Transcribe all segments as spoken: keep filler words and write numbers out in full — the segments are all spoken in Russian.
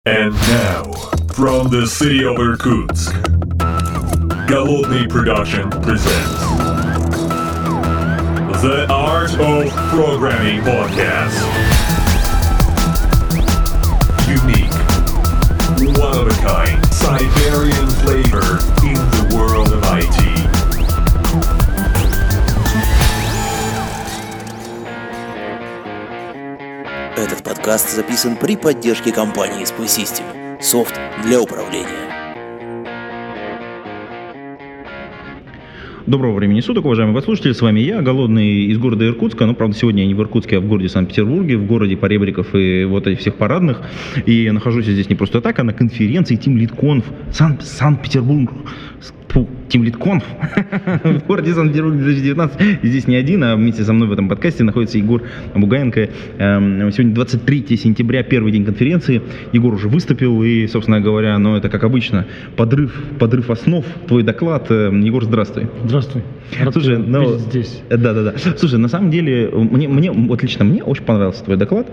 And now, from the city of Irkutsk, Голодный Production presents The Art of Programming Podcast. Unique, one-of-a-kind, Siberian flavor in the world of ай ти. Этот подкаст записан при поддержке компании Spy System. Софт для управления. Доброго времени суток, уважаемые подслушатели, с вами я, Голодный, из города Иркутска, ну, правда, сегодня я не в Иркутске, а в городе Санкт-Петербурге, в городе Поребриков и вот этих всех парадных, и нахожусь здесь не просто так, а на конференции TeamLead.Conf Сан- Санкт-Петербург, TeamLead.Conf в городе Санкт-Петербург две тысячи девятнадцать. Здесь не один, а вместе со мной в этом подкасте находится Егор Бугаенко. Сегодня двадцать третье сентября, первый день конференции. Егор уже выступил и, собственно говоря, ну это как обычно, подрыв, подрыв основ, твой доклад. Егор, здравствуй. Здравствуй. Рад Слушай, ну, здесь. Да-да-да. Слушай, на самом деле, мне, мне, вот лично мне очень понравился твой доклад.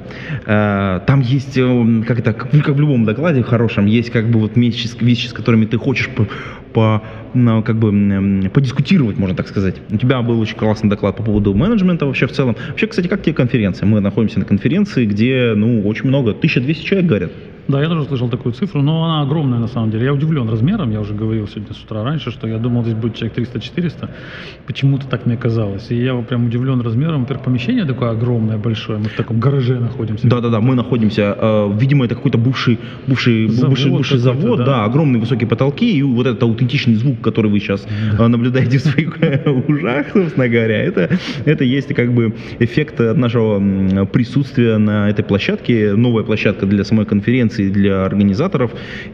Там есть, как это, как в любом докладе хорошем, есть как бы вот вещи, вещи, с которыми ты хочешь по, по ну, как бы подискутировать, можно так сказать. У тебя был очень классный доклад по поводу менеджмента вообще в целом. Вообще, кстати, как тебе конференция? Мы находимся на конференции, где, ну, очень много, тысяча двести человек говорят. Да, я тоже слышал такую цифру, но она огромная на самом деле. Я удивлен размером, я уже говорил сегодня с утра раньше, что я думал, здесь будет человек триста-четыреста. Почему-то так мне казалось. И я прям удивлен размером. Во-первых, помещение такое огромное, большое. Мы в таком гараже находимся. Да-да-да, мы находимся, э, видимо, это какой-то бывший, бывший завод, бывший, бывший завод да. да, огромные высокие потолки, и вот этот аутентичный звук, который вы сейчас да. наблюдаете в своих ушах, собственно говоря, это, это есть как бы эффект от нашего присутствия на этой площадке. Новая площадка для самой конференции, для организаторов,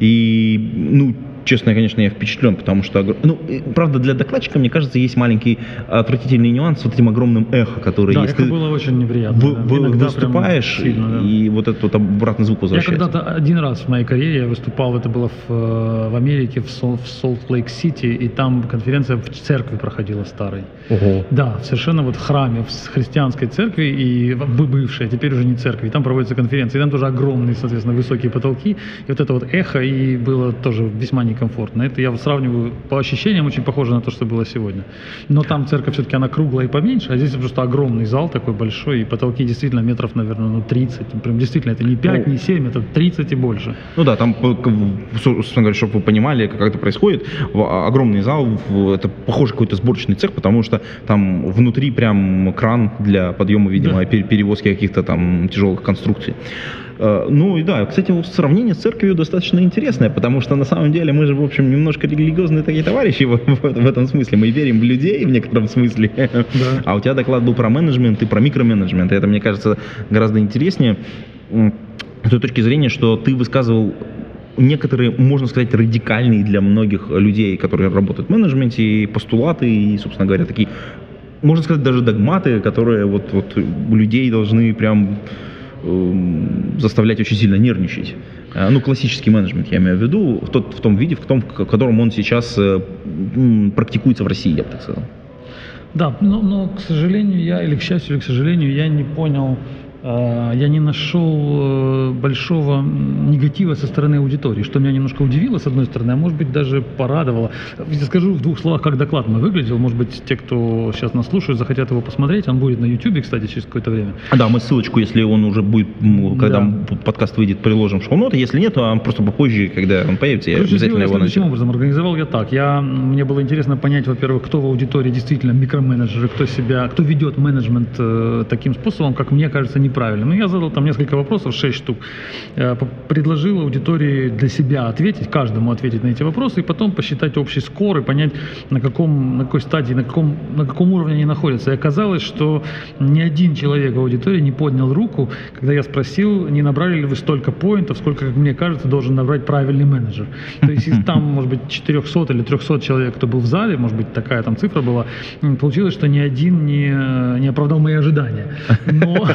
и, ну, честно, конечно, я впечатлен, потому что, ну, правда, для докладчика, мне кажется, есть маленький отвратительный нюанс с вот этим огромным эхо, который да, есть. Да, эхо было очень неприятно. Вы, да. вы выступаешь, сильно, да. и вот этот вот обратный звук возвращается. Я когда-то один раз в моей карьере я выступал, это было в, в Америке, в, Сол, в Солт-Лейк-Сити, и там конференция в церкви проходила старой. Ого. Да, совершенно вот в храме, в христианской церкви, и бывшей, теперь уже не церкви, и там проводится конференция, и там тоже огромные, соответственно, высокие потолки, и вот это вот эхо, и было тоже весьма некомфортно. Это я сравниваю по ощущениям, очень похоже на то, что было сегодня. Но там церковь все-таки она круглая и поменьше, а здесь просто огромный зал такой большой, и потолки действительно метров, наверное, ну тридцать. Прям действительно, это не пять, ну, не семь, это тридцать и больше. Ну да, там, собственно говоря, чтобы вы понимали, как это происходит, огромный зал, это похоже какой-то сборочный цех, потому что там внутри прям кран для подъема, видимо, да. перевозки каких-то там тяжелых конструкций. Ну и да, кстати, сравнение с церковью достаточно интересное, потому что на самом деле мы же, в общем, немножко религиозные такие товарищи в, в, в этом смысле. Мы верим в людей в некотором смысле. Да. А у тебя доклад был про менеджмент и про микроменеджмент. И это, мне кажется, гораздо интереснее с той точки зрения, что ты высказывал некоторые, можно сказать, радикальные для многих людей, которые работают в менеджменте, и постулаты, и, собственно говоря, такие, можно сказать, даже догматы, которые вот, вот у людей должны прям заставлять очень сильно нервничать. Ну, классический менеджмент, я имею в виду, в, тот, в том виде, в, том, в котором он сейчас практикуется в России, я бы так сказал. Да, но, но, к сожалению, я, или к счастью, или к сожалению, я не понял, я не нашел большого негатива со стороны аудитории, что меня немножко удивило, с одной стороны, а может быть даже порадовало. Я скажу в двух словах, как доклад мой выглядел. Может быть, те, кто сейчас нас слушает, захотят его посмотреть. Он будет на YouTube, кстати, через какое-то время. Да, мы ссылочку, если он уже будет, когда да. подкаст выйдет, приложим в шоу-ноты. Если нет, то просто попозже, когда он появится, я Короче, обязательно его начну. Таким образом, организовал я так. Я, мне было интересно понять, во-первых, кто в аудитории действительно микроменеджеры, кто себя, кто ведет менеджмент э, таким способом, как мне кажется, не правильно. Ну, я задал там несколько вопросов, шесть штук, предложил аудитории для себя ответить, каждому ответить на эти вопросы, и потом посчитать общий скор и понять, на каком, на какой стадии, на каком, на каком уровне они находятся. И оказалось, что ни один человек в аудитории не поднял руку, когда я спросил, не набрали ли вы столько поинтов, сколько, как мне кажется, должен набрать правильный менеджер. То есть из там, может быть, четыреста или триста человек, кто был в зале, может быть, такая там цифра была, получилось, что ни один не, не оправдал мои ожидания. Но,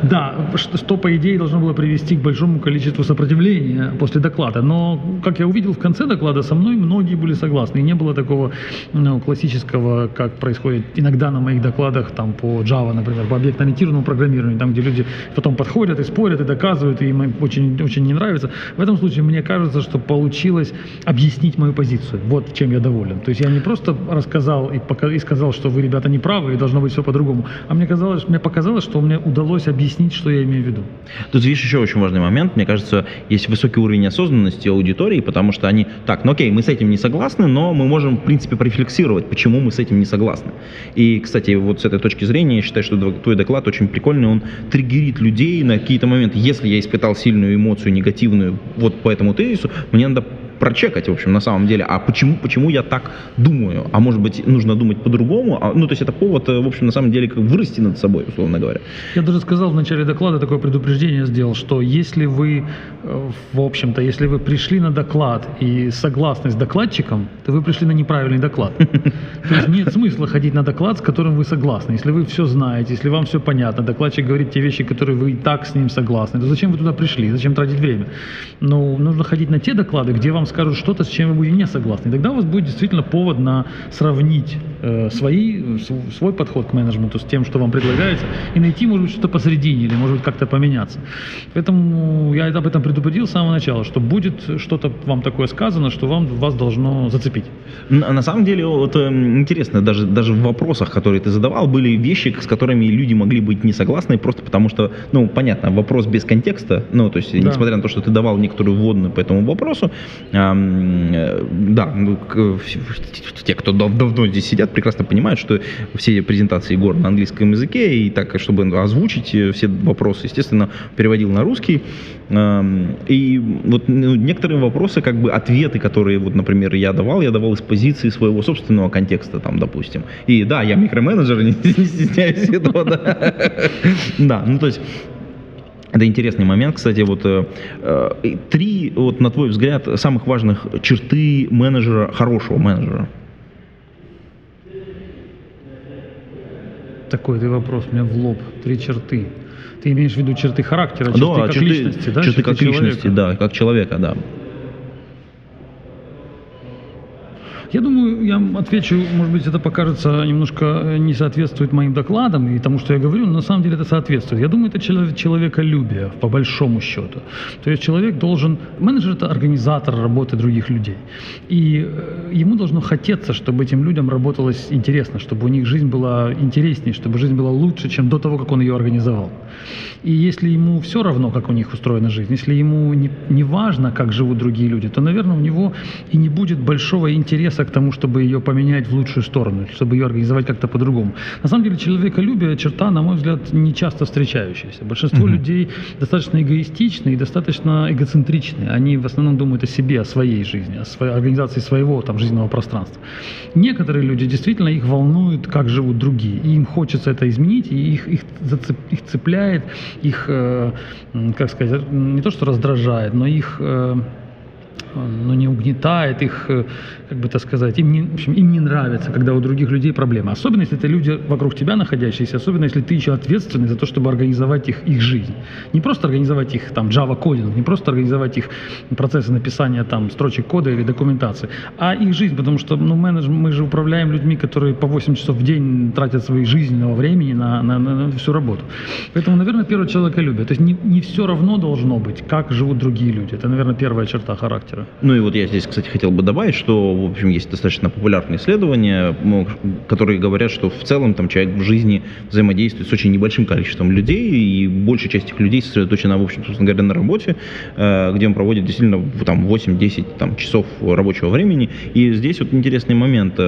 Да, что, что, по идее, должно было привести к большому количеству сопротивления после доклада. Но, как я увидел в конце доклада, со мной многие были согласны. И не было такого ну, классического, как происходит иногда на моих докладах там, по Java, например, по объектно-ориентированному программированию, там, где люди потом подходят и спорят, и доказывают, и им очень, очень не нравится. В этом случае мне кажется, что получилось объяснить мою позицию. Вот чем я доволен. То есть я не просто рассказал и, пока, и сказал, что вы, ребята, не правы, и должно быть все по-другому, а мне казалось, мне показалось, что мне удалось объяснить, что я имею в виду. Тут видишь еще очень важный момент. Мне кажется, есть высокий уровень осознанности аудитории, потому что они, так, ну окей, мы с этим не согласны, но мы можем, в принципе, порефлексировать, почему мы с этим не согласны. И, кстати, вот с этой точки зрения, я считаю, что твой доклад очень прикольный, он триггерит людей на какие-то моменты. Если я испытал сильную эмоцию негативную вот по этому тезису, мне надо прочекать, в общем, на самом деле, а почему, почему я так думаю, а может быть, нужно думать по-другому, а, ну, то есть это повод, в общем, на самом деле, как вырасти над собой, условно говоря. Я даже сказал в начале доклада, такое предупреждение сделал, что если вы, в общем-то, если вы пришли на доклад и согласны с докладчиком, то вы пришли на неправильный доклад. То есть нет смысла ходить на доклад, с которым вы согласны. Если вы все знаете, если вам все понятно, докладчик говорит те вещи, которые вы и так с ним согласны, то зачем вы туда пришли, зачем тратить время? Ну, нужно ходить на те доклады, где вам скажут что-то, с чем вы будете не согласны. И тогда у вас будет действительно повод на сравнить э, свои, свой подход к менеджменту с тем, что вам предлагается, и найти, может быть, что-то посередине, или, может быть, как-то поменяться. Поэтому я об этом предупредил с самого начала, что будет что-то вам такое сказано, что вам, вас должно зацепить. На, на самом деле, вот, интересно, даже, даже в вопросах, которые ты задавал, были вещи, с которыми люди могли быть не согласны, просто потому что, ну, понятно, вопрос без контекста, ну, то есть, да. Несмотря на то, что ты давал некоторую вводную по этому вопросу, да, те, кто давно здесь сидят, прекрасно понимают, что все презентации Егор на английском языке, и так, чтобы озвучить все вопросы, естественно, переводил на русский. И вот некоторые вопросы, как бы ответы, которые, вот, например, я давал, я давал из позиции своего собственного контекста, там, допустим. И да, я микроменеджер, не стесняюсь этого, да. Да, ну то есть... Это интересный момент, кстати, вот э, три, вот, на твой взгляд, самых важных черты менеджера, хорошего менеджера. Такой ты вопрос у меня в лоб. Три черты. Ты имеешь в виду черты характера, черты да, как черты, личности, да? Черты, черты как человека. Личности, да, как человека, да. Я думаю, я отвечу, может быть, это покажется немножко не соответствует моим докладам и тому, что я говорю, но на самом деле это соответствует. Я думаю, это человеколюбие, по большому счету. То есть человек должен... Менеджер – это организатор работы других людей. И ему должно хотеться, чтобы этим людям работалось интересно, чтобы у них жизнь была интереснее, чтобы жизнь была лучше, чем до того, как он ее организовал. И если ему все равно, как у них устроена жизнь, если ему не, не важно, как живут другие люди, то, наверное, у него и не будет большого интереса к тому, чтобы ее поменять в лучшую сторону, чтобы ее организовать как-то по-другому. На самом деле, человеколюбие – черта, на мой взгляд, не часто встречающаяся. Большинство mm-hmm. людей достаточно эгоистичны и достаточно эгоцентричны. Они в основном думают о себе, о своей жизни, о своей организации своего там, жизненного пространства. Некоторые люди, действительно, их волнует, как живут другие. И им хочется это изменить, и их, их, зацеп, их цепляет, их, э, как сказать, не то что раздражает, но их... Э, но не угнетает их, как бы так сказать, им не, в общем, им не нравится, когда у других людей проблемы. Особенно, если это люди вокруг тебя находящиеся, особенно, если ты еще ответственный за то, чтобы организовать их, их жизнь. Не просто организовать их там Java-кодинг, не просто организовать их процессы написания там строчек кода или документации, а их жизнь, потому что ну, менедж, мы же управляем людьми, которые по восемь часов в день тратят своей жизненного времени на, на, на, на всю работу. Поэтому, наверное, первое человеколюбие. То есть не, не все равно должно быть, как живут другие люди. Это, наверное, первая черта характера. Ну и вот я здесь, кстати, хотел бы добавить, что, в общем, есть достаточно популярные исследования, которые говорят, что в целом там человек в жизни взаимодействует с очень небольшим количеством людей, и большая часть этих людей сосредоточена, в общем, собственно говоря, на работе, где он проводит действительно там восемь-десять там, часов рабочего времени. И здесь вот интересный момент.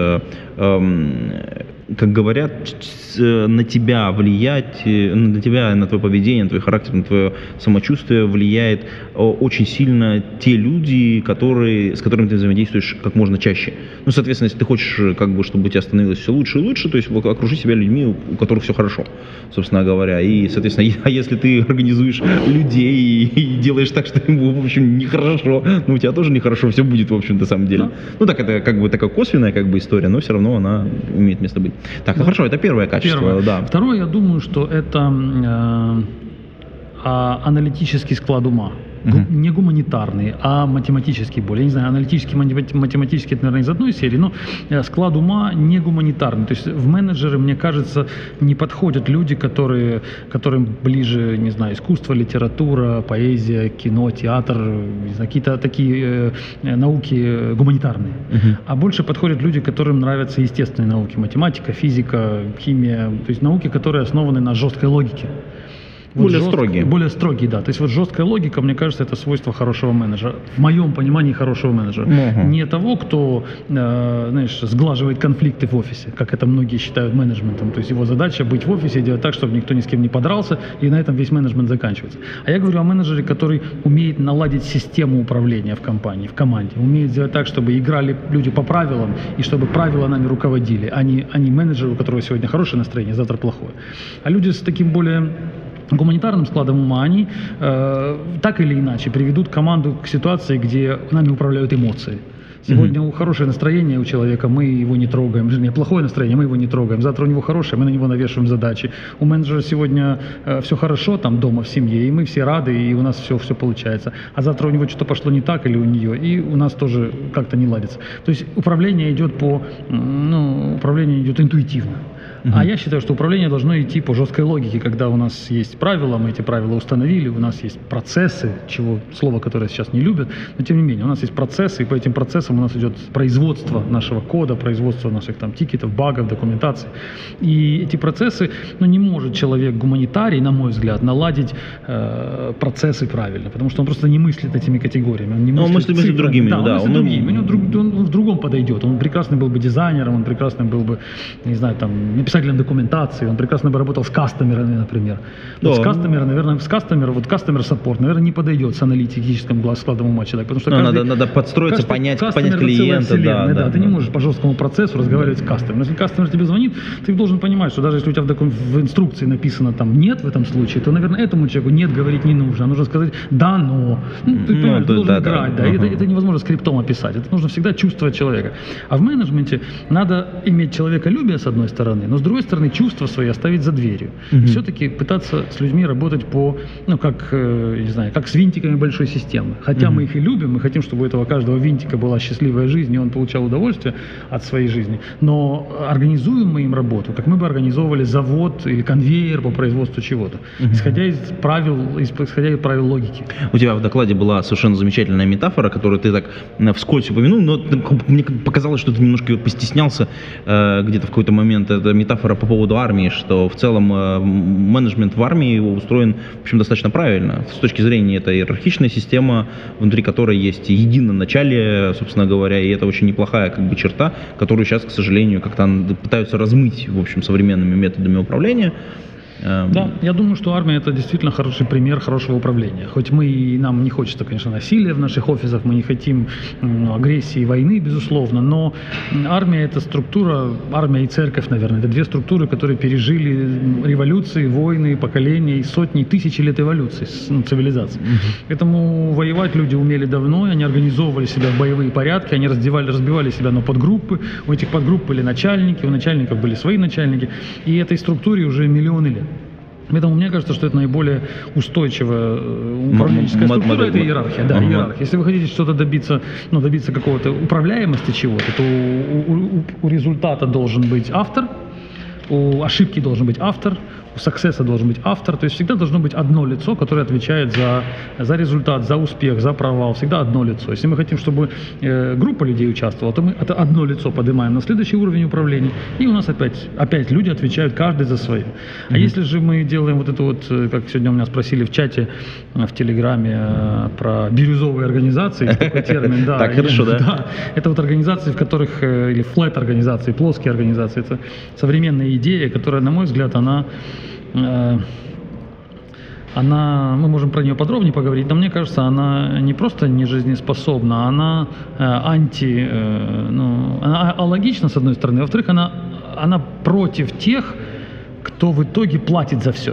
Как говорят, на тебя влиять, на тебя, на твое поведение, на твой характер, на твое самочувствие влияет очень сильно те люди, которые, с которыми ты взаимодействуешь как можно чаще. Ну, соответственно, если ты хочешь, как бы, чтобы у тебя становилось все лучше и лучше, то есть окружи себя людьми, у которых все хорошо, собственно говоря. И, соответственно, а если ты организуешь людей и делаешь так, что ему, в общем, нехорошо, ну, у тебя тоже нехорошо все будет, в общем, на самом деле. Да. Ну, так, это как бы такая косвенная как бы история, но все равно она имеет место быть. Так, ну, да. Хорошо, это первое качество. Первое. Да. Второе, я думаю, что это... Э- а аналитический склад ума. Uh-huh. Не гуманитарный, а математический более. Я не знаю, аналитический, математический, это, наверное, из одной серии, но склад ума не гуманитарный. То есть в менеджеры, мне кажется, не подходят люди, которые, которым ближе, не знаю, искусство, литература, поэзия, кино, театр, не знаю, какие-то такие э, науки гуманитарные. Uh-huh. А больше подходят люди, которым нравятся естественные науки, математика, физика, химия, то есть науки, которые основаны на жесткой логике. Вот более жестко, строгие. Более строгие, да. То есть вот жесткая логика, мне кажется, это свойство хорошего менеджера. В моем понимании хорошего менеджера. Uh-huh. Не того, кто, э, знаешь, сглаживает конфликты в офисе, как это многие считают менеджментом. То есть его задача быть в офисе и делать так, чтобы никто ни с кем не подрался, и на этом весь менеджмент заканчивается. А я говорю о менеджере, который умеет наладить систему управления в компании, в команде. Умеет сделать так, чтобы играли люди по правилам, и чтобы правила нами руководили, а не, а не менеджер, у которого сегодня хорошее настроение, завтра плохое. А люди с таким более гуманитарным складом ума, они э, так или иначе приведут команду к ситуации, где нами управляют эмоции. Сегодня mm-hmm. хорошее настроение у человека, мы его не трогаем. Вернее, плохое настроение, мы его не трогаем. Завтра у него хорошее, мы на него навешиваем задачи. У менеджера сегодня э, все хорошо там дома, в семье, и мы все рады, и у нас все, все получается. А завтра у него что-то пошло не так или у нее, и у нас тоже как-то не ладится. То есть управление идет по, ну, управление идет интуитивно. Uh-huh. А я считаю, что управление должно идти по жесткой логике, когда у нас есть правила, мы эти правила установили, у нас есть процессы, чего слово, которое сейчас не любят, но тем не менее, у нас есть процессы, и по этим процессам у нас идет производство нашего кода, производство наших там тикетов, багов, документации. И эти процессы, ну, не может человек гуманитарий, на мой взгляд, наладить э, процессы правильно, потому что он просто не мыслит этими категориями. Он не мыслит, он мыслит, мыслит другими, да, да. Он мыслит он... другими. У него друг, он, он в другом подойдет. Он прекрасный был бы дизайнером, он прекрасный был бы, не знаю, там, писателем документации, он прекрасно бы работал с кастомерами, например. Вот с кастомера, наверное, с кастомера, вот кастомер саппорт, наверное, не подойдет с аналитическим складом ума человека, потому что каждый, надо, надо подстроиться, каждый, понять, понять клиента, да, да, да, ты да. не можешь по жесткому процессу разговаривать с кастомером. Если кастомер тебе звонит, ты должен понимать, что даже если у тебя в, докум... в инструкции написано там «нет» в этом случае, то, наверное, этому человеку «нет» говорить не нужно, нужно сказать «да, но». Ну, ты ну, понимаешь, да, ты должен да, играть, да. да, Uh-huh. это, это невозможно скриптом описать, это нужно всегда чувствовать человека. А в менеджменте надо иметь человеколюбие с одной стороны, но с другой стороны чувства свои оставить за дверью. Uh-huh. И все-таки пытаться с людьми работать по, ну, как, э, не знаю, как с винтиками большой системы. Хотя uh-huh. мы их и любим, мы хотим, чтобы у этого каждого винтика была счастливая жизнь, и он получал удовольствие от своей жизни. Но организуем мы им работу, как мы бы организовывали завод или конвейер по производству чего-то, uh-huh. исходя из правил, исходя из правил логики. У тебя в докладе была совершенно замечательная метафора, которую ты так вскользь упомянул, но мне показалось, что ты немножко постеснялся э, где-то в какой-то момент. Это метафора по поводу армии, что в целом э, менеджмент в армии его устроен, в общем, достаточно правильно. С точки зрения, это иерархичная система, внутри которой есть единоначалие, собственно говоря, и это очень неплохая как бы черта, которую сейчас, к сожалению, как-то пытаются размыть, в общем, современными методами управления. Да, я думаю, что армия – это действительно хороший пример хорошего управления. Хоть мы и нам не хочется, конечно, насилия в наших офисах, мы не хотим ну, агрессии, войны, безусловно, но армия – это структура, армия и церковь, наверное, это две структуры, которые пережили революции, войны, поколения, сотни, тысячи лет эволюции, ну, цивилизации. Mm-hmm. Поэтому воевать люди умели давно, они организовывали себя в боевые порядки, они раздевали, разбивали себя на подгруппы, у этих подгрупп были начальники, у начальников были свои начальники, и этой структуре уже миллионы лет. Поэтому мне кажется, что это наиболее устойчивая управленческая структура, это иерархия. Да, uh-huh. иерархия. Если вы хотите что-то добиться, ну, добиться какого-то управляемости чего-то, то у, у, у результата должен быть автор, у ошибки должен быть автор, у саксесса должен быть автор, то есть всегда должно быть одно лицо, которое отвечает за, за результат, за успех, за провал, всегда одно лицо. Если мы хотим, чтобы э, группа людей участвовала, то мы это одно лицо поднимаем на следующий уровень управления, и у нас опять, опять люди отвечают каждый за свое. А mm-hmm. если же мы делаем вот это вот, как сегодня у меня спросили в чате, в Телеграме, про бирюзовые организации, такой термин, да. Так хорошо, да? Это вот организации, в которых, или флэт организации, плоские организации, это современная идея, которая, на мой взгляд, она она, мы можем про нее подробнее поговорить, но мне кажется, она не просто не жизнеспособна, она э, анти, э, ну, она алогична, с одной стороны, во-вторых, она, она против тех, кто в итоге платит за все это.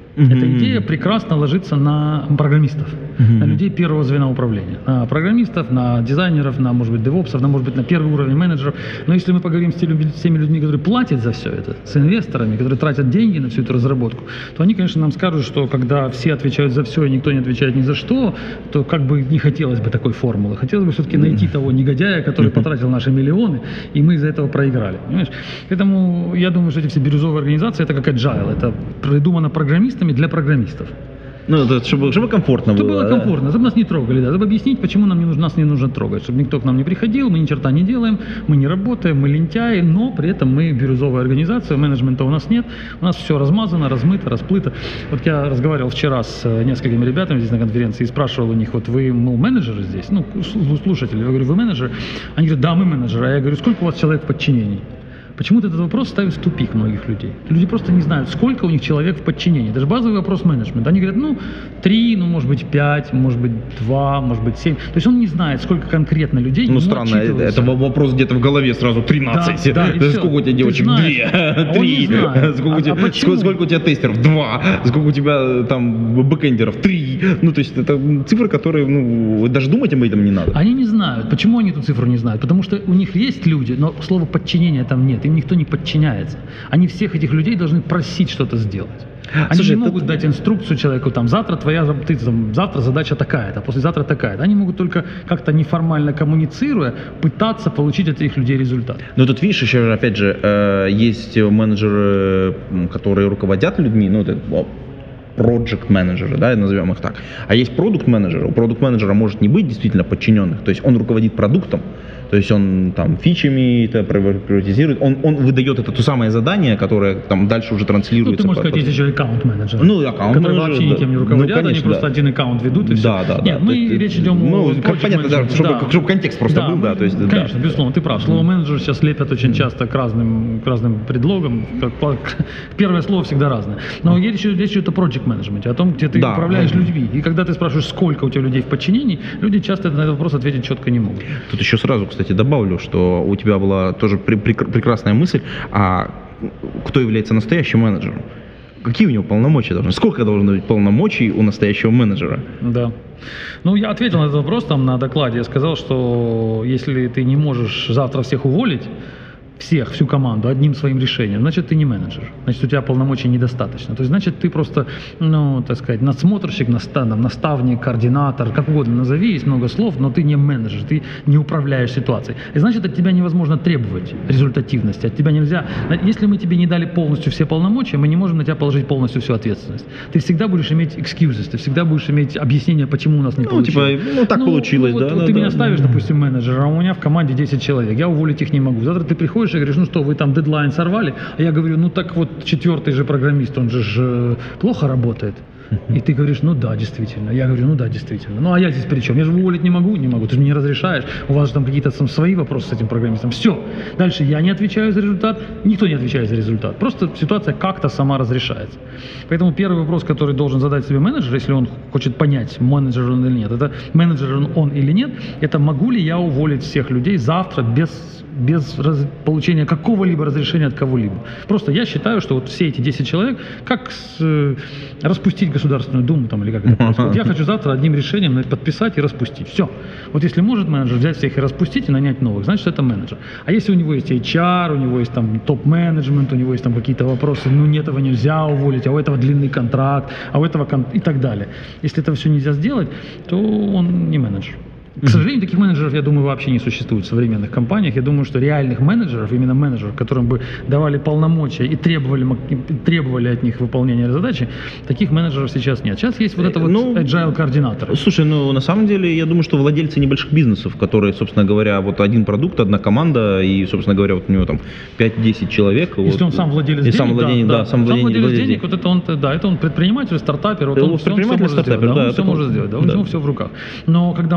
Mm-hmm. Эта идея прекрасно ложится на программистов, mm-hmm. на людей первого звена управления, на программистов, на дизайнеров, на, может быть, девопсов, на, может быть, на первый уровень менеджеров. Но если мы поговорим с теми людьми, которые платят за все это, с инвесторами, которые тратят деньги на всю эту разработку, то они, конечно, нам скажут, что когда все отвечают за все и никто не отвечает ни за что, то как бы не хотелось бы такой формулы. Хотелось бы все-таки найти mm-hmm. того негодяя, который mm-hmm. потратил наши миллионы, и мы из-за этого проиграли. Понимаешь? Поэтому я думаю, что эти все бирюзовые организации, это как agile, это придумано программистами для программистов. Ну, это, чтобы, чтобы комфортно чтобы было. Чтобы было комфортно, да? Чтобы нас не трогали, да, чтобы объяснить, почему нам не нужно, нас не нужно трогать, чтобы никто к нам не приходил, мы ни черта не делаем, мы не работаем, мы лентяи, но при этом мы бирюзовая организация, менеджмента у нас нет, у нас все размазано, размыто, расплыто. Вот я разговаривал вчера с несколькими ребятами здесь на конференции и спрашивал у них, вот вы, мол, менеджеры здесь, ну, слушатели, я говорю, вы менеджеры? Они говорят, да, мы менеджеры, а я говорю, сколько у вас человек в подчинении? Почему-то этот вопрос ставит в тупик многих людей. Люди просто не знают, сколько у них человек в подчинении. Это же базовый вопрос менеджмента. Они говорят, ну, три, ну, может быть, пять, может быть, два, может быть, семь. То есть он не знает, сколько конкретно людей. Ну, странно, это вопрос где-то в голове сразу тринадцать. Да, да, сколько у тебя девочек? Две, три. Сколько, а, у тебя, а сколько, сколько у тебя тестеров? Два. Сколько у тебя там бэкэндеров? Три. Ну, то есть это цифры, которые, ну, даже думать об этом не надо. Они не знают. Почему они эту цифру не знают? Потому что у них есть люди, но слова подчинения там нет. Им никто не подчиняется. Они всех этих людей должны просить что-то сделать. Они Слушай, не могут это... дать инструкцию человеку, там, завтра твоя, ты, там, завтра задача такая-то, послезавтра такая-то. Они могут только как-то неформально коммуницируя пытаться получить от этих людей результат. Но тут, видишь, еще, опять же, есть менеджеры, которые руководят людьми, ну, это проект-менеджеры, да, назовем их так. А есть продукт-менеджеры. У продукт-менеджера может не быть действительно подчиненных, то есть он руководит продуктом, то есть он там фичами это приоритизирует, он, он выдает это то самое задание, которое там дальше уже транслируется. Ну, ты можешь сказать, есть еще аккаунт-менеджеры, ну, аккаунт которые вообще да. никем не руководят, ну, конечно, они просто да. один аккаунт ведут и все. Да, да, Нет, да. мы ты, речь идем ну, о как понятно, да, чтобы, да. чтобы контекст просто да, был, да, то есть, конечно, да. безусловно, ты прав. Слово менеджер сейчас лепят очень часто к разным, к разным предлогам. Как, первое слово всегда разное. Но mm. речь, речь идет о project-менеджменте, о том, где ты да. управляешь людьми. И когда ты спрашиваешь, сколько у тебя людей в подчинении, люди часто на этот вопрос ответить четко не могут. Тут еще сразу, кстати, добавлю, что у тебя была тоже при, при, прекрасная мысль, а кто является настоящим менеджером? Какие у него полномочия должны? Сколько должно быть полномочий у настоящего менеджера? Да. Ну, я ответил на этот вопрос там на докладе. Я сказал, что если ты не можешь завтра всех уволить, всех, всю команду одним своим решением, значит, ты не менеджер, значит, у тебя полномочий недостаточно. То есть, значит, ты просто, ну, так сказать, надсмотрщик, наставник, координатор, как угодно назови, есть много слов, но ты не менеджер, ты не управляешь ситуацией. И значит, от тебя невозможно требовать результативности, от тебя нельзя. Если мы тебе не дали полностью все полномочия, мы не можем на тебя положить полностью всю ответственность. Ты всегда будешь иметь excuses, ты всегда будешь иметь объяснение, почему у нас не ну, получилось. Типа, ну, так ну, получилось, ну, да. Вот, да вот ты да, меня да, ставишь, да. допустим, менеджера, а у меня в команде десять человек, я уволить их не могу. Завтра ты приходишь и говоришь, ну что, вы там дедлайн сорвали, а я говорю, ну так вот четвертый же программист, он же ж плохо работает. И ты говоришь, ну да, действительно. Я говорю, ну да, действительно. Ну а я здесь при чем? Я же уволить не могу, не могу. Ты же мне не разрешаешь. У вас же там какие-то там свои вопросы с этим программистом. Все. Дальше я не отвечаю за результат, никто не отвечает за результат. Просто ситуация как-то сама разрешается. Поэтому первый вопрос, который должен задать себе менеджер, если он хочет понять, менеджер он или нет, это менеджер он, он или нет, это могу ли я уволить всех людей завтра без, без раз, получения какого-либо разрешения от кого-либо. Просто я считаю, что вот все эти десять человек, как с, э, распустить Государственную Думу, там, или как это происходит. Я хочу завтра одним решением подписать и распустить. Все. Вот если может менеджер взять всех и распустить, и нанять новых, значит, это менеджер. А если у него есть эйч ар, у него есть там топ-менеджмент, у него есть там какие-то вопросы, ну, нет, этого нельзя уволить, а у этого длинный контракт, а у этого кон... и так далее. Если это все нельзя сделать, то он не менеджер. К сожалению, таких менеджеров, я думаю, вообще не существует в современных компаниях. Я думаю, что реальных менеджеров, именно менеджеров, которым бы давали полномочия и требовали, и требовали от них выполнения задачи, таких менеджеров сейчас нет. Сейчас есть вот это вот ну, agile-координатор. Слушай, ну на самом деле, я думаю, что владельцы небольших бизнесов, которые, собственно говоря, вот один продукт, одна команда, и, собственно говоря, вот у него там пять-десять человек. Если вот, он сам владелец денег, сам владелец, да, да, да, сам владелец, владелец владелец денег, вот это он, да, это он предприниматель, стартапер, вот он, предприниматель, он все может стартапер, сделать, да, да, он все такой, может сделать, да, да. у него все в руках. Но когда он начинает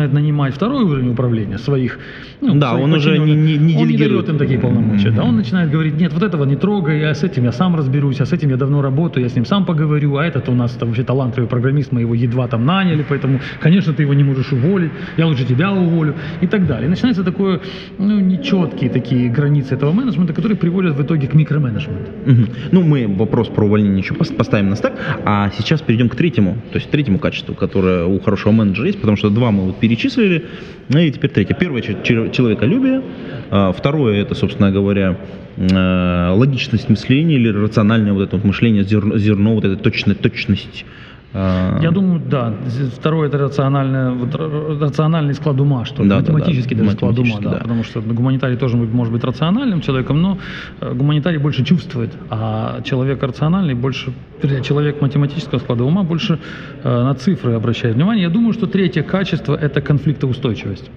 начинает нанимать второй уровень управления своих, ну, да, своих он уже не, не, не он делегирует. не дает им такие полномочия. Mm-hmm. Да, он начинает говорить, нет, вот этого не трогай, а с этим я сам разберусь, а с этим я давно работаю, я с ним сам поговорю, а этот у нас там, вообще талантливый программист, мы его едва там наняли, поэтому, конечно, ты его не можешь уволить, я лучше тебя уволю и так далее. И начинается такое, ну, нечеткие такие границы этого менеджмента, которые приводят в итоге к микроменеджменту. Mm-hmm. Ну, мы вопрос про увольнение еще поставим на стак, а сейчас перейдем к третьему, то есть третьему качеству, которое у хорошего менеджера есть, потому что два мы вот перечислили, ну и теперь третье. Первое — человеколюбие, второе — это, собственно говоря, логичность мышления или рациональное вот это вот мышление, зерно, зерно вот эта точность, точность. Я думаю, да. Второе — это рациональное, вот, рациональный склад ума, что ли, да, математический да, да. даже склад ума, да, да. Потому что гуманитарий тоже может быть рациональным человеком, но гуманитарий больше чувствует, а человек рациональный больше, человек математического склада ума больше э, на цифры обращает внимание. Я думаю, что третье качество — это конфликтоустойчивость.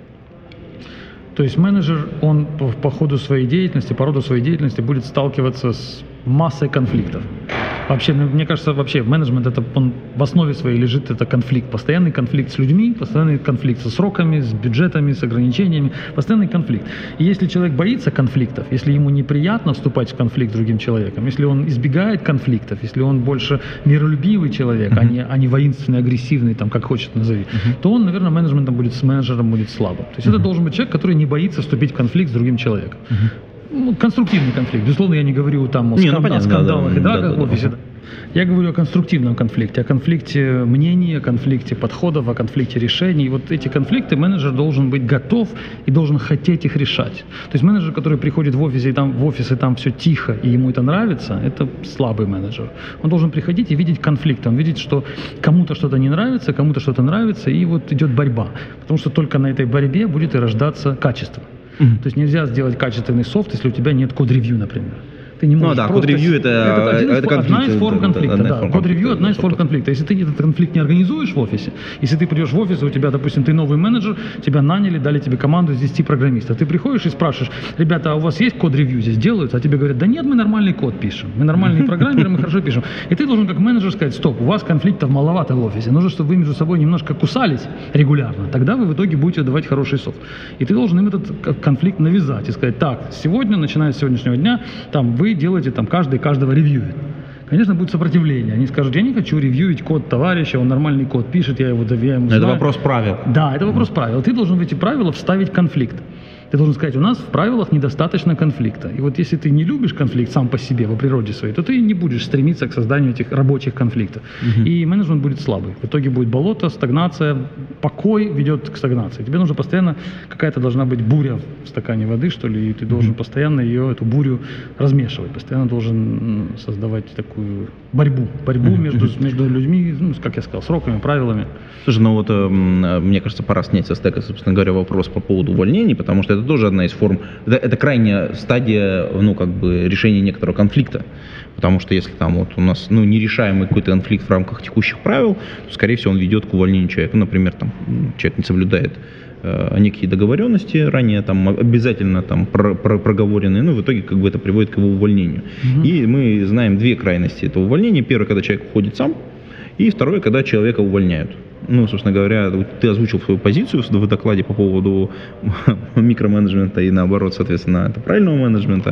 То есть менеджер, он по, по ходу своей деятельности, по роду своей деятельности будет сталкиваться с массой конфликтов. Вообще, мне кажется, вообще менеджмент, это он в основе своей лежит, это конфликт, постоянный конфликт с людьми, постоянный конфликт со сроками, с бюджетами, с ограничениями, постоянный конфликт. И если человек боится конфликтов, если ему неприятно вступать в конфликт с другим человеком, если он избегает конфликтов, если он больше миролюбивый человек, uh-huh. а, не, а не воинственный, агрессивный, там, как хочет назови, uh-huh. то он, наверное, менеджментом будет, с менеджером будет слабым. То есть uh-huh. это должен быть человек, который не боится вступить в конфликт с другим человеком. Uh-huh. Ну, конструктивный конфликт. Безусловно, я не говорю там о, не, скандал, ну, понятно, скандалах да, и драках да, да, в офисе. Да. Я говорю о конструктивном конфликте, о конфликте мнений, о конфликте подходов, о конфликте решений. И вот эти конфликты менеджер должен быть готов и должен хотеть их решать. То есть менеджер, который приходит в офис, и там, в офис, и там все тихо, и ему это нравится, это слабый менеджер. Он должен приходить и видеть конфликт, он видит, что кому-то что-то не нравится, кому-то что-то нравится, и вот идет борьба. Потому что только на этой борьбе будет и рождаться качество. Mm-hmm. То есть нельзя сделать качественный софт, если у тебя нет код-ревью, например. Ты не можешь. Ну да, код-ревью это, это, это конфликт. Одна из форм конфликта. Да, да. Код-ревью одна из форм конфликта. Если ты этот конфликт не организуешь в офисе, если ты придешь в офис, у тебя, допустим, ты новый менеджер, тебя наняли, дали тебе команду из десяти программистов. Ты приходишь и спрашиваешь, ребята, а у вас есть код-ревью здесь делают? А тебе говорят, да нет, мы нормальный код пишем. Мы нормальные программеры, мы хорошо пишем. И ты должен как менеджер сказать, стоп, у вас конфликтов маловато в офисе. Нужно, чтобы вы между собой немножко кусались регулярно. Тогда вы в итоге будете давать хороший софт. И ты должен им этот конфликт навязать и сказать, так, сегодня, начиная с сегодняшнего дня, там, вы делаете там каждый каждого ревьюет. Конечно, будет сопротивление. Они скажут, я не хочу ревьюить код товарища, он нормальный код пишет, я его доверяю. Это знаю. Вопрос правил. Да, это вопрос правил. Ты должен в эти правила вставить конфликт. Ты должен сказать, у нас в правилах недостаточно конфликта. И вот если ты не любишь конфликт сам по себе, по природе своей, то ты не будешь стремиться к созданию этих рабочих конфликтов. Uh-huh. И менеджмент будет слабый. В итоге будет болото, стагнация, покой ведет к стагнации. Тебе нужно постоянно, какая-то должна быть буря в стакане воды, что ли, и ты должен uh-huh. постоянно ее, эту бурю размешивать. Постоянно должен создавать такую борьбу. Борьбу uh-huh. между, между людьми, ну, как я сказал, сроками, правилами. Слушай, ну вот, э, мне кажется, пора снять со стека, собственно говоря, вопрос по поводу увольнений, потому что это тоже одна из форм, это, это крайняя стадия, ну, как бы, решения некоторого конфликта, потому что если там вот у нас, ну, нерешаемый какой-то конфликт в рамках текущих правил, то, скорее всего, он ведет к увольнению человека. Например, там, человек не соблюдает э, некие договоренности ранее, там, обязательно там про, про, проговоренные, ну, в итоге, как бы, это приводит к его увольнению. Mm-hmm. И мы знаем две крайности этого увольнения. Первое, когда человек уходит сам, и второе, когда человека увольняют. Ну, собственно говоря, ты озвучил свою позицию в докладе по поводу микроменеджмента и, наоборот, соответственно, это правильного менеджмента,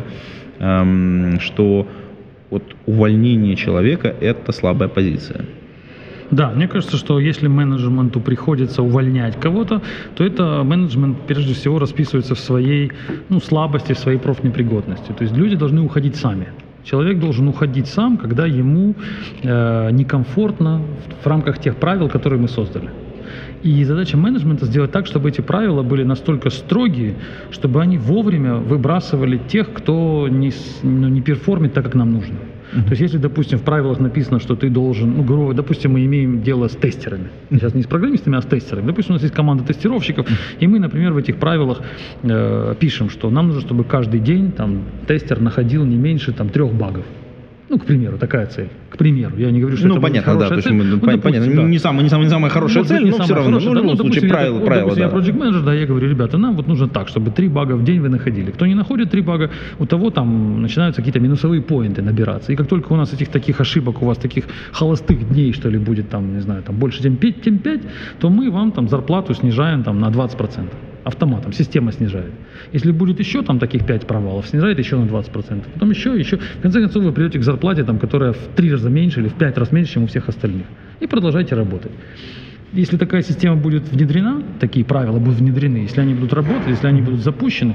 что вот увольнение человека – это слабая позиция. Да, мне кажется, что если менеджменту приходится увольнять кого-то, то это менеджмент прежде всего расписывается в своей, ну, слабости, в своей профнепригодности. То есть люди должны уходить сами. Человек должен уходить сам, когда ему э, некомфортно в, в рамках тех правил, которые мы создали. И задача менеджмента сделать так, чтобы эти правила были настолько строгие, чтобы они вовремя выбрасывали тех, кто не, ну, не перформит так, как нам нужно. Mm-hmm. То есть, если, допустим, в правилах написано, что ты должен, ну, грубо, допустим, мы имеем дело с тестерами. Сейчас не с программистами, а с тестерами. Допустим, у нас есть команда тестировщиков, mm-hmm. и мы, например, в этих правилах э, пишем, что нам нужно, чтобы каждый день там, тестер находил не меньше там, трех багов. Ну, к примеру, такая цель. К примеру, я не говорю, что ну, это понятно, будет хорошая да, цель. То есть, ну, понятно, допустим, да. не, самая, не, самая, не самая хорошая Может цель, быть, но не все равно, хорошая, ну, в любом да, ну, случае, допустим, правила, я, правила, допустим, да. я project менеджер, да, я говорю, ребята, нам вот нужно так, чтобы три бага в день вы находили. Кто не находит три бага, у того там начинаются какие-то минусовые поинты набираться. И как только у нас этих таких ошибок, у вас таких холостых дней, что ли, будет там, не знаю, там больше, чем пять, чем пять, то мы вам там зарплату снижаем там на двадцать процентов. Автоматом, система снижает. Если будет еще там таких пять провалов, снижает еще на двадцать процентов. Потом еще, еще. В конце концов вы придете к зарплате, там, которая в три раза меньше или в пять раз меньше, чем у всех остальных. И продолжайте работать. Если такая система будет внедрена, такие правила будут внедрены, если они будут работать, если они будут запущены,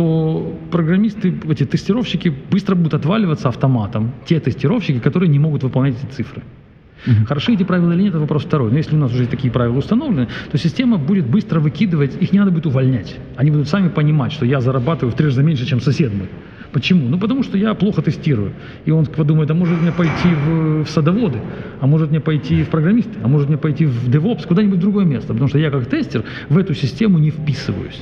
то программисты, эти тестировщики быстро будут отваливаться автоматом. Те тестировщики, которые не могут выполнять эти цифры. Uh-huh. Хороши эти правила или нет, это вопрос второй. Но если у нас уже такие правила установлены, то система будет быстро выкидывать, их не надо будет увольнять. Они будут сами понимать, что я зарабатываю в три раза меньше, чем сосед мой. Почему? Ну, потому что я плохо тестирую. И он подумает, а может мне пойти в, в садоводы, а может мне пойти в программисты, а может мне пойти в DevOps, куда-нибудь в другое место. Потому что я как тестер в эту систему не вписываюсь.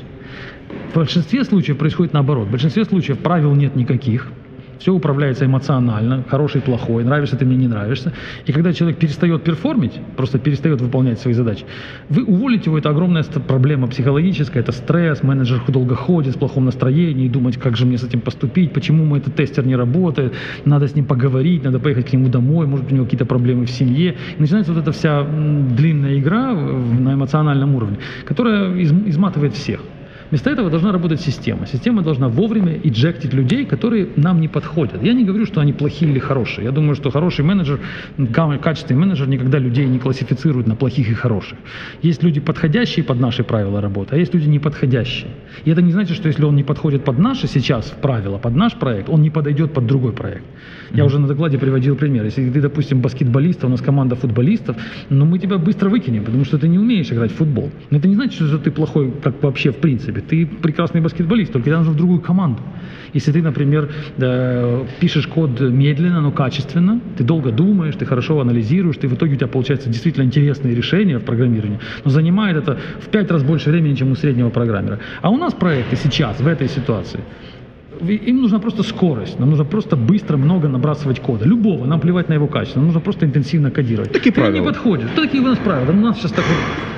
В большинстве случаев происходит наоборот. В большинстве случаев правил нет никаких. Все управляется эмоционально, хороший, плохой, нравишься ты мне, не нравишься. И когда человек перестает перформить, просто перестает выполнять свои задачи, вы уволите его, это огромная проблема психологическая, это стресс, менеджер долго ходит с плохим настроением, и думать, как же мне с этим поступить, почему мой этот тестер не работает, надо с ним поговорить, надо поехать к нему домой, может быть, у него какие-то проблемы в семье. И начинается вот эта вся длинная игра на эмоциональном уровне, которая изматывает всех. Вместо этого должна работать система. Система должна вовремя иджектить людей, которые нам не подходят. Я не говорю, что они плохие или хорошие. Я думаю, что хороший менеджер, качественный менеджер никогда людей не классифицирует на плохих и хороших. Есть люди, подходящие под наши правила работы, а есть люди неподходящие. И это не значит, что если он не подходит под наши сейчас правила, под наш проект, он не подойдет под другой проект. Я mm-hmm. уже на докладе приводил пример. Если ты, допустим, баскетболист, а у нас команда футболистов, но мы тебя быстро выкинем, потому что ты не умеешь играть в футбол. Но это не значит, что ты плохой, как вообще в принципе. Ты прекрасный баскетболист, только тебе нужно в другую команду. Если ты, например, э, пишешь код медленно, но качественно, ты долго думаешь, ты хорошо анализируешь, ты в итоге у тебя получается действительно интересные решения в программировании, но занимает это в пять раз больше времени, чем у среднего программера. А у нас проекты сейчас, в этой ситуации, им нужна просто скорость, нам нужно просто быстро много набрасывать кода. Любого, нам плевать на его качество, нам нужно просто интенсивно кодировать. Такие правила. Не подходит. Такие у нас правила. У нас сейчас такой...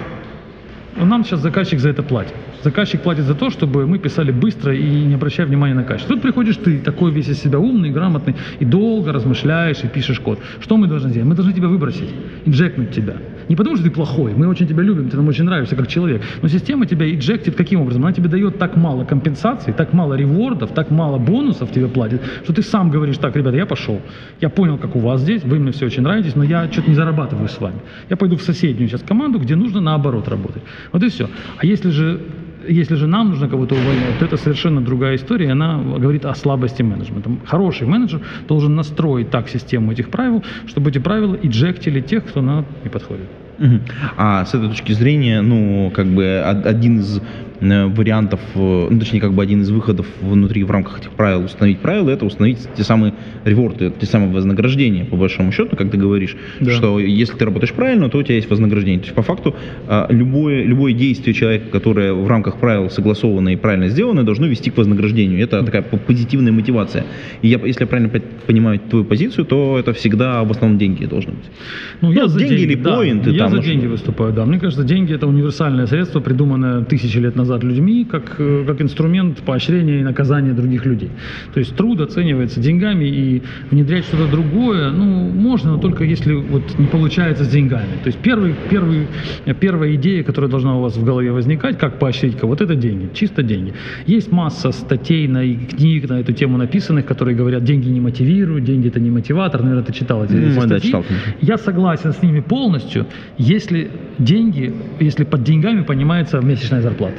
Нам сейчас заказчик за это платит. Заказчик платит за то, чтобы мы писали быстро и не обращая внимания на качество. Тут приходишь ты, такой весь из себя умный, грамотный, и долго размышляешь и пишешь код. Что мы должны сделать? Мы должны тебя выбросить, инжекнуть тебя. Не потому, что ты плохой, мы очень тебя любим, ты нам очень нравишься как человек, но система тебя инжектит каким образом? Она тебе дает так мало компенсаций, так мало ревордов, так мало бонусов тебе платит, что ты сам говоришь, так, ребята, я пошел, я понял, как у вас здесь, вы мне все очень нравитесь, но я что-то не зарабатываю с вами. Я пойду в соседнюю сейчас команду, где нужно наоборот работать. Вот и все. А если же Если же нам нужно кого-то увольнять, то это совершенно другая история, она говорит о слабости менеджмента. Хороший менеджер должен настроить так систему этих правил, чтобы эти правила иджектили тех, кто нам не подходит. Угу. А с этой точки зрения, ну, как бы один из вариантов, ну, точнее, как бы один из выходов внутри, в рамках этих правил, установить правила, это установить те самые реворды, те самые вознаграждения, по большому счету, как ты говоришь, да. Что если ты работаешь правильно, то у тебя есть вознаграждение. То есть, по факту, любое, любое действие человека, которое в рамках правил согласовано и правильно сделано, должно вести к вознаграждению. Это такая позитивная мотивация. И я, если я правильно понимаю твою позицию, то это всегда в основном деньги должны быть. Ну, я ну, за деньги, деньги или да, поинты. Я там, за ну, деньги выступаю, да. Мне кажется, деньги – это универсальное средство, придуманное тысячи лет назад людьми, как, как инструмент поощрения и наказания других людей. То есть труд оценивается деньгами, и внедрять что-то другое, ну, можно, но только если вот не получается с деньгами. То есть первый, первый, первая идея, которая должна у вас в голове возникать, как поощрить кого-то, это деньги, чисто деньги. Есть масса статей на, и книг на эту тему написанных, которые говорят, деньги не мотивируют, деньги это не мотиватор. Наверное, ты читал эти, эти ну, статьи. Да, читал. Я согласен с ними полностью, если деньги, если под деньгами понимается месячная зарплата.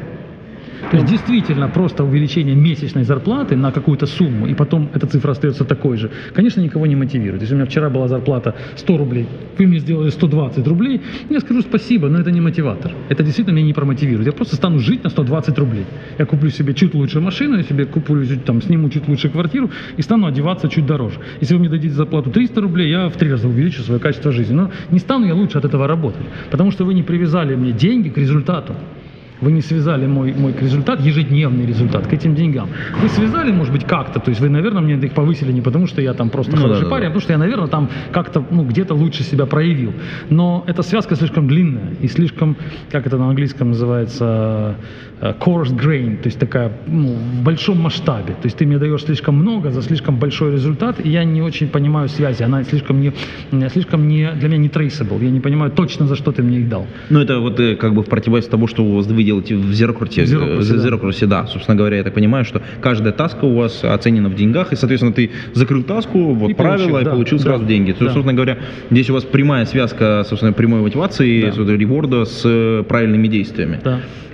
То есть действительно просто увеличение месячной зарплаты на какую-то сумму, и потом эта цифра остается такой же, конечно, никого не мотивирует. Если у меня вчера была зарплата сто рублей, вы мне сделали сто двадцать рублей, я скажу спасибо, но это не мотиватор. Это действительно меня не промотивирует. Я просто стану жить на сто двадцать рублей. Я куплю себе чуть лучше машину, я себе куплю, там, сниму чуть лучше квартиру и стану одеваться чуть дороже. Если вы мне дадите зарплату триста рублей, я в три раза увеличу свое качество жизни. Но не стану я лучше от этого работать, потому что вы не привязали мне деньги к результату. Вы не связали мой, мой результат, ежедневный результат к этим деньгам. Вы связали, может быть, как-то, то есть вы, наверное, мне их повысили не потому, что я там просто ну, хороший да, парень, да. а потому что я, наверное, там как-то, ну, где-то лучше себя проявил. Но эта связка слишком длинная и слишком, как это на английском называется, coarse grain, то есть такая, ну, в большом масштабе. То есть ты мне даешь слишком много за слишком большой результат, и я не очень понимаю связи. Она слишком не, слишком не, для меня не traceable. Я не понимаю точно, за что ты мне их дал. Ну, это вот как бы в противовес того, что вы делаете в Zero-Кроссе. В Zero-Кроссе, да. да. Собственно говоря, я так понимаю, что каждая таска у вас оценена в деньгах, и, соответственно, ты закрыл таску, вот, и правила, получил, и да, получил да, сразу да, деньги. То, да. Собственно говоря, здесь у вас прямая связка, собственно, прямой мотивации, да. реворда с правильными действиями. Да.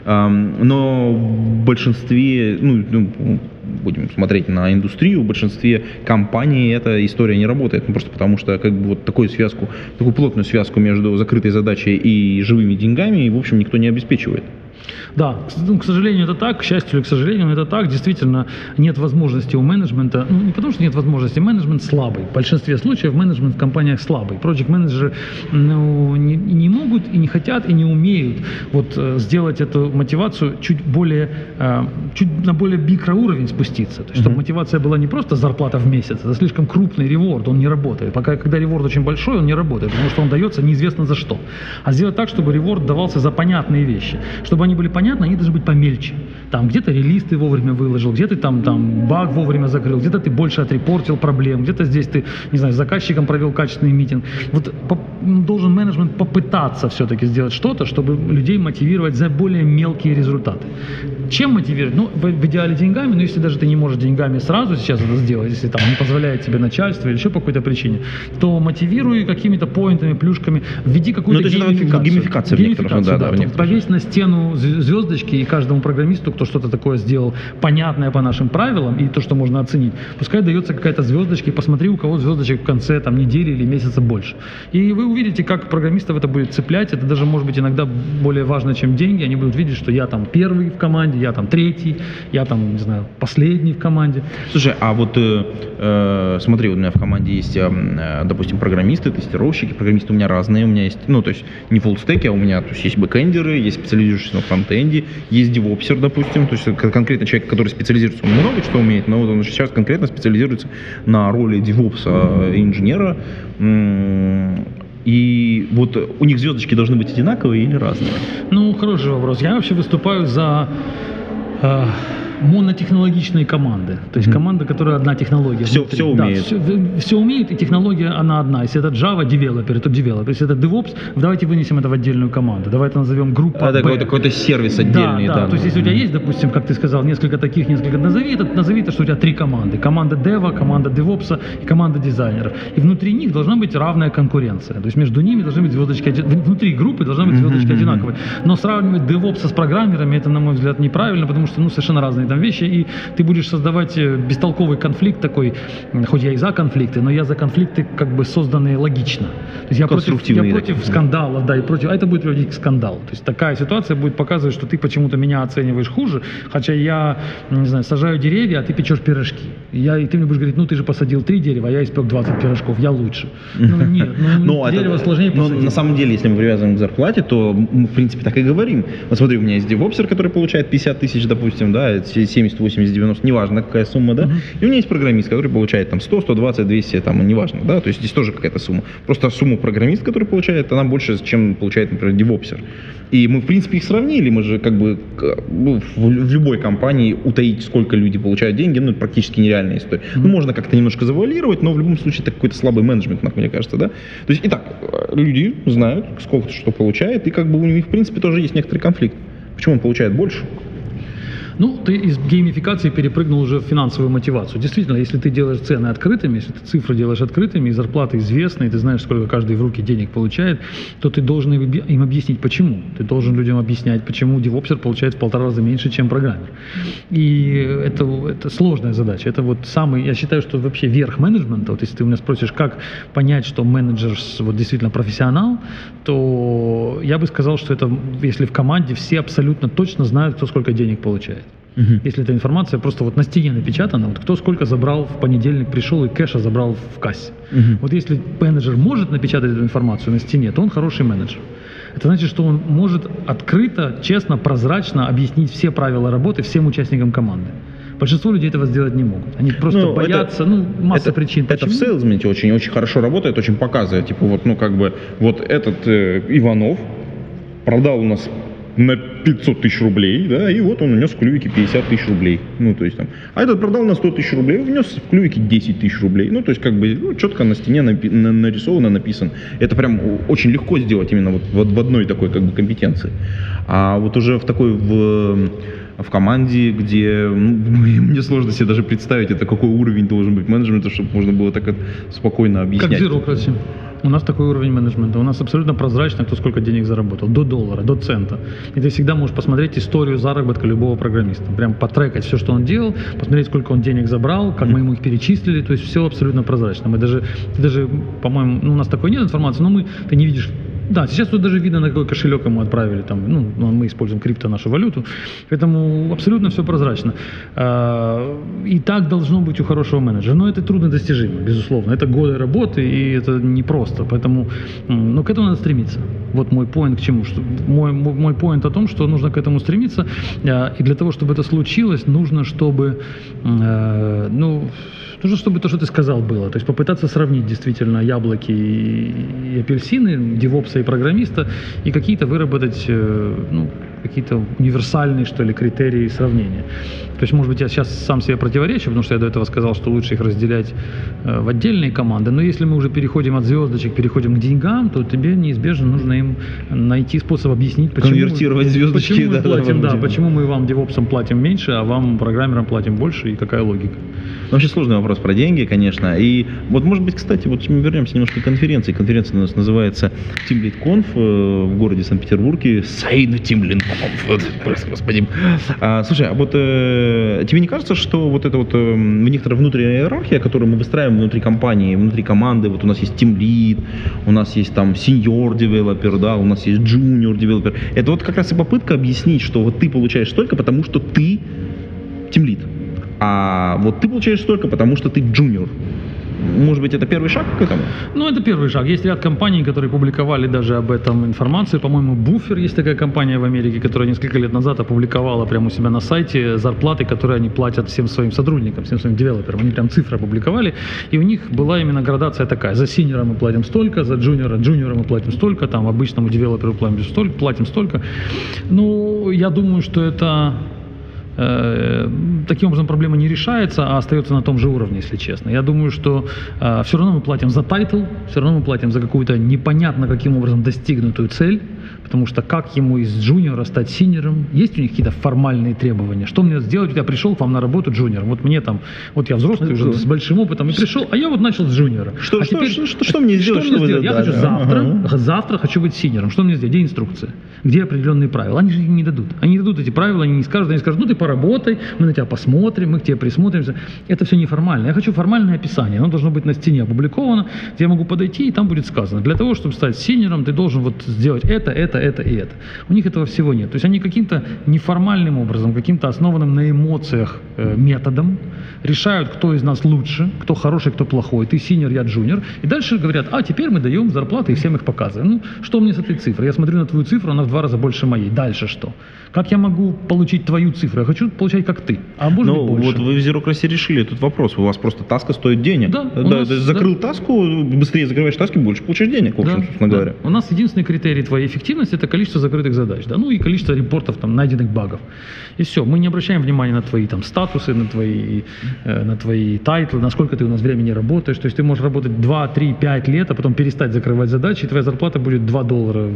Но в большинстве, ну, будем смотреть на индустрию, в большинстве компаний эта история не работает, ну, просто потому что как бы вот такую связку, такую плотную связку между закрытой задачей и живыми деньгами, в общем, никто не обеспечивает. Да, ну, к сожалению, это так, к счастью или к сожалению, это так. Действительно, нет возможности у менеджмента, ну, не потому что нет возможности, менеджмент слабый. В большинстве случаев менеджмент в компаниях слабый. Проект-менеджеры ну, не, не могут и не хотят и не умеют вот, сделать эту мотивацию чуть более, чуть на более микроуровень спуститься. То есть, чтобы mm-hmm. мотивация была не просто зарплата в месяц, это слишком крупный реворд, он не работает. Пока, когда реворд очень большой, он не работает, потому что он дается неизвестно за что. А сделать так, чтобы реворд давался за понятные вещи, чтобы они были понятны, они должны быть помельче. Там где-то релиз ты вовремя выложил, где-то там, там баг вовремя закрыл, где-то ты больше отрепортил проблем, где-то здесь ты, не знаю, с заказчиком провел качественный митинг. Вот по, должен менеджмент попытаться все-таки сделать что-то, чтобы людей мотивировать за более мелкие результаты. Чем мотивировать? Ну, в, в идеале деньгами, но если даже ты не можешь деньгами сразу сейчас это сделать, если там не позволяет тебе начальство или еще по какой-то причине, то мотивируй какими-то поинтами, плюшками, введи какую-то геймификацию. Геймификация, геймификацию, да, да, да, да, повесь на стену звездочки, и каждому программисту, кто что-то такое сделал, понятное по нашим правилам, и то, что можно оценить, пускай дается какая-то звездочка, и посмотри, у кого звездочек в конце там, недели или месяца больше. И вы увидите, как программистов это будет цеплять. Это даже, может быть, иногда более важно, чем деньги. Они будут видеть, что я там первый в команде, я там третий, я там, не знаю, последний в команде. Слушай, а вот э, смотри, вот у меня в команде есть, э, допустим, программисты, тестировщики. Программисты у меня разные. У меня есть, ну, то есть не фуллстеки, а у меня то есть, есть бэкэндеры, есть специализирующиеся на фронтенде, есть девопсер, допустим, то есть конкретно человек, который специализируется, он много что умеет, но вот он сейчас конкретно специализируется на роли девопса и инженера. И вот у них звездочки должны быть одинаковые или разные? Ну, хороший вопрос. Я вообще выступаю за э, монотехнологичные команды. То есть mm-hmm. команда, которая одна технология. Все, все умеет. Да, все, все умеет, и технология, она одна. Если это Java, девелопер, то девелопер. Если это DevOps, давайте вынесем это в отдельную команду. Давайте назовем группу а, Б. Какой-то, какой-то сервис отдельный. Да, да, да. То есть если у тебя есть, допустим, как ты сказал, несколько таких, несколько, назови это, назови это, что у тебя три команды. Команда Дева, команда DevOps и команда дизайнеров. И внутри них должна быть равная конкуренция. То есть между ними должны быть звездочки, внутри группы должна быть звездочки mm-hmm. одинаковые. Но сравнивать DevOps с программерами, это, на мой взгляд, неправильно, потому что, ну, совершенно разные там вещи, и ты будешь создавать бестолковый конфликт такой, хоть я и за конфликты, но я за конфликты, как бы созданные логично. То есть я против, я против скандалов, да, и против, а это будет приводить к скандалу. То есть такая ситуация будет показывать, что ты почему-то меня оцениваешь хуже, хотя я, не знаю, сажаю деревья, а ты печешь пирожки. Я, и ты мне будешь говорить, ну ты же посадил три дерева, а я испек двадцать пирожков, я лучше. Ну нет, ну дерево сложнее посадить. Но на самом деле, если мы привязываем к зарплате, то мы, в принципе, так и говорим. Вот смотри, у меня есть девопсер, который получает пятьдесят тысяч, допустим, да, семьдесят, восемьдесят, девяносто, неважно какая сумма, да, uh-huh. и у меня есть программист, который получает там сто, сто двадцать, двести, там, неважно, да, то есть здесь тоже какая-то сумма. Просто сумма программист, который получает, она больше, чем получает, например, девопсер. И мы, в принципе, их сравнили, мы же как бы ну, в, в любой компании утаить, сколько люди получают деньги, ну, практически нереальная история. Mm-hmm. Ну, можно как-то немножко завуалировать, но в любом случае это какой-то слабый менеджмент, мне кажется, да. То есть, итак, люди знают, сколько что получает, и как бы у них, в принципе, тоже есть некоторый конфликт. Почему он получает больше? Ну, ты из геймификации перепрыгнул уже в финансовую мотивацию. Действительно, если ты делаешь цены открытыми, если ты цифры делаешь открытыми, и зарплаты известны, и ты знаешь, сколько каждый в руки денег получает, то ты должен им объяснить, почему. Ты должен людям объяснять, почему девопсер получает в полтора раза меньше, чем программер. И это, это сложная задача. Это вот самый, я считаю, что вообще верх менеджмента, вот если ты у меня спросишь, как понять, что менеджер вот действительно профессионал, то я бы сказал, что это, если в команде все абсолютно точно знают, кто сколько денег получает. Uh-huh. Если эта информация просто вот на стене напечатана, вот кто сколько забрал в понедельник, пришел и кэша забрал в кассе. Uh-huh. Вот если менеджер может напечатать эту информацию на стене, то он хороший менеджер. Это значит, что он может открыто, честно, прозрачно объяснить все правила работы всем участникам команды. Большинство людей этого сделать не могут. Они просто ну, боятся, это, ну, масса это, причин. Это почему? В сейлзменте очень, очень хорошо работает, очень показывает. Типа вот, ну, как бы, вот этот э, Иванов продал у нас на пятьсот тысяч рублей, да, и вот он унес в клювике пятьдесят тысяч рублей. Ну, то есть там, а этот продал на сто тысяч рублей, внес в клювике десять тысяч рублей. Ну, то есть, как бы, ну, четко на стене напи- на- нарисовано, написано. Это прям очень легко сделать именно вот, вот в одной такой, как бы, компетенции. А вот уже в такой, в, в команде, где, ну, мне сложно себе даже представить, это какой уровень должен быть менеджмента, чтобы можно было так спокойно объяснять. Как бюрокрация. У нас такой уровень менеджмента. У нас абсолютно прозрачно, кто сколько денег заработал. До доллара, до цента. И ты всегда можешь посмотреть историю заработка любого программиста. Прям потрекать все, что он делал, посмотреть, сколько он денег забрал, как мы ему их перечислили. То есть все абсолютно прозрачно. Мы даже, даже по-моему, ну, у нас такой нет информации, но мы, ты не видишь. Да, сейчас тут даже видно, на какой кошелек ему отправили. Там, ну, мы используем крипто, нашу валюту. Поэтому абсолютно все прозрачно. И так должно быть у хорошего менеджера. Но это трудно достижимо, безусловно. Это годы работы, и это непросто. Поэтому, ну, к этому надо стремиться. Вот мой поинт к чему. Что, мой, мой поинт о том, что нужно к этому стремиться. И для того, чтобы это случилось, нужно, чтобы, ну, нужно, чтобы то, что ты сказал, было. То есть попытаться сравнить действительно яблоки и апельсины, девопса и программиста, и какие-то выработать, ну, какие-то универсальные, что ли, критерии сравнения. То есть, может быть, я сейчас сам себе противоречу, потому что я до этого сказал, что лучше их разделять э, в отдельные команды. Но если мы уже переходим от звездочек, переходим к деньгам, то тебе неизбежно нужно им найти способ объяснить, почему, конвертировать звездочки, почему мы да, платим, да, да, почему мы вам, девопсам, платим меньше, а вам, программерам, платим больше, и какая логика. Вообще сложный вопрос про деньги, конечно. И вот, может быть, кстати, вот мы вернемся немножко к конференции. Конференция у нас называется TeamLead.Conf э, в городе Санкт-Петербурге. Сайну TeamLead.Conf. Господи. А, слушай, а вот э, тебе не кажется, что вот это вот э, некоторая внутренняя иерархия, которую мы выстраиваем внутри компании, внутри команды, вот у нас есть TeamLead, у нас есть там Senior Developer, да, у нас есть Junior Developer. Это вот как раз и попытка объяснить, что вот ты получаешь столько, потому что ты TeamLead. А вот ты получаешь столько, потому что ты джуниор. Может быть, это первый шаг к этому? Ну, это первый шаг. Есть ряд компаний, которые публиковали даже об этом информацию. По-моему, Буфер, есть такая компания в Америке, которая несколько лет назад опубликовала прямо у себя на сайте зарплаты, которые они платят всем своим сотрудникам, всем своим девелоперам. Они прям цифры опубликовали. И у них была именно градация такая. За синьора мы платим столько, за джуниора, джуниора мы платим столько, там обычному девелоперу платим столько. Платим столько. Ну, я думаю, что это... Таким образом проблема не решается, а остается на том же уровне, если честно. Я думаю, что э, все равно мы платим за тайтл, все равно мы платим за какую-то непонятно каким образом достигнутую цель, потому что как ему из джуниора стать синьором? Есть у них какие-то формальные требования? Что мне сделать? Я пришел к вам на работу джуниором. Вот мне там, вот я взрослый уже с большим опытом и пришел, а я вот начал с джуниора. Что, а что, теперь, что, что, что мне сделать? Что мне что сделать? Я да, хочу да, завтра, ага. завтра хочу быть синьором. Что мне сделать? Где инструкция? Где определенные правила? Они же их не дадут. Они не дадут эти правила, они не скажут, они скажут, ну ты поработай, мы на тебя посмотрим, мы к тебе присмотримся. Это все неформально. Я хочу формальное описание. Оно должно быть на стене опубликовано, где я могу подойти, и там будет сказано. Для того, чтобы стать синьором, ты должен вот сделать это, это, это и это. У них этого всего нет. То есть они каким-то неформальным образом, каким-то основанным на эмоциях э, методом решают, кто из нас лучше, кто хороший, кто плохой. Ты синьор, я джуниор. И дальше говорят, а теперь мы даем зарплаты и всем их показываем. Ну, что мне с этой цифрой? Я смотрю на твою цифру, она в два раза больше моей. Дальше что? Как я могу получить твою цифру? Я хочу получать как ты. А может ну, быть больше. Вот вы в Zerocracy решили этот вопрос. У вас просто таска стоит денег. Да, да, нас, закрыл да. таску, быстрее закрываешь таски, больше получаешь денег, в общем, да, собственно да. говоря. У нас единственный критерий твоей эффективности – это количество закрытых задач. Да? Ну и количество репортов, там, найденных багов. И все. Мы не обращаем внимания на твои там, статусы, на твои, э, на твои тайтлы, на сколько ты у нас времени работаешь. То есть ты можешь работать два, три, пять лет, а потом перестать закрывать задачи, и твоя зарплата будет два доллара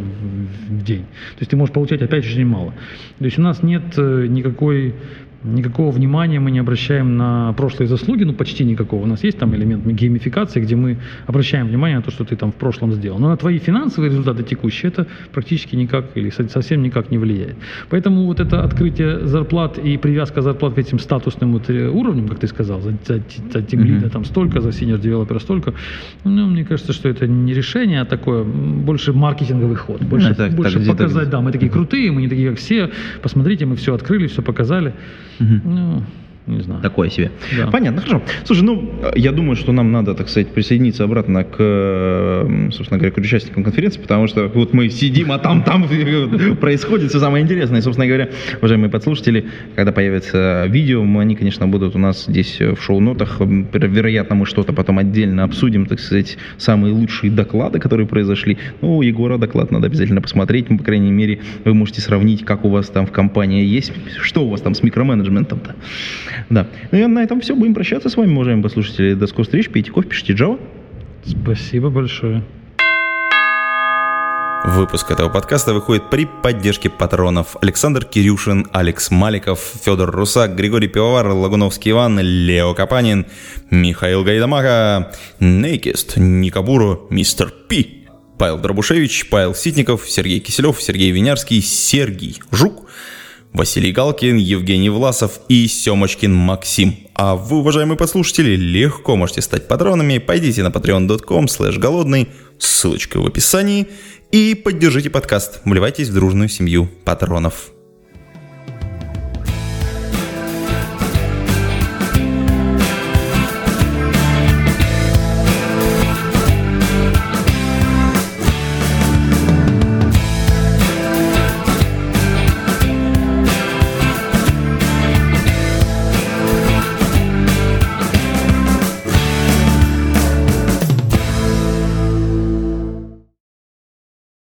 в день. То есть ты можешь получать опять очень мало. То есть у нас нет э, никакой... Никакого внимания мы не обращаем на прошлые заслуги, ну почти никакого. У нас есть там элемент геймификации, где мы обращаем внимание на то, что ты там в прошлом сделал. Но на твои финансовые результаты текущие это практически никак или совсем никак не влияет. Поэтому вот это открытие зарплат и привязка зарплат к этим статусным вот уровням, как ты сказал, за, за, за тимлида mm-hmm. там столько, за senior девелопера столько, ну, мне кажется, что это не решение, а такое больше маркетинговый ход. Больше, ну, так, больше так, показать, так. да, мы такие крутые, мы не такие, как все, посмотрите, мы все открыли, все показали. Угу. Ну, не знаю. Такое себе. Да. Понятно, хорошо. Слушай, ну, я думаю, что нам надо, так сказать, присоединиться обратно к, собственно говоря, к участникам конференции, потому что вот мы сидим, а там, там происходит все самое интересное. И, собственно говоря, уважаемые подслушатели, когда появится видео, они, конечно, будут у нас здесь в шоу-нотах. Вероятно, мы что-то потом отдельно обсудим, так сказать, самые лучшие доклады, которые произошли. Ну, у Егора доклад надо обязательно посмотреть. По крайней мере, вы можете сравнить, как у вас там в компании есть, что у вас там с микроменеджментом-то. Да. Ну и на этом все. Будем прощаться с вами, уважаемые послушатели. До скорых встреч. Пейте кофе, пишите Java. Спасибо большое. Выпуск этого подкаста выходит при поддержке патронов: Александр Кирюшин, Алекс Маликов, Федор Русак, Григорий Пивовар, Лагуновский Иван, Лео Капанин, Михаил Гайдамака, Нейкист, Никабуру, Мистер Пи, Павел Дробушевич, Павел Ситников, Сергей Киселев, Сергей Винярский, Сергей Жук, Василий Галкин, Евгений Власов и Семочкин Максим. А вы, уважаемые послушатели, легко можете стать патронами. Пойдите на patreon dot com слэш голодный, ссылочка в описании, и поддержите подкаст. Вливайтесь в дружную семью патронов.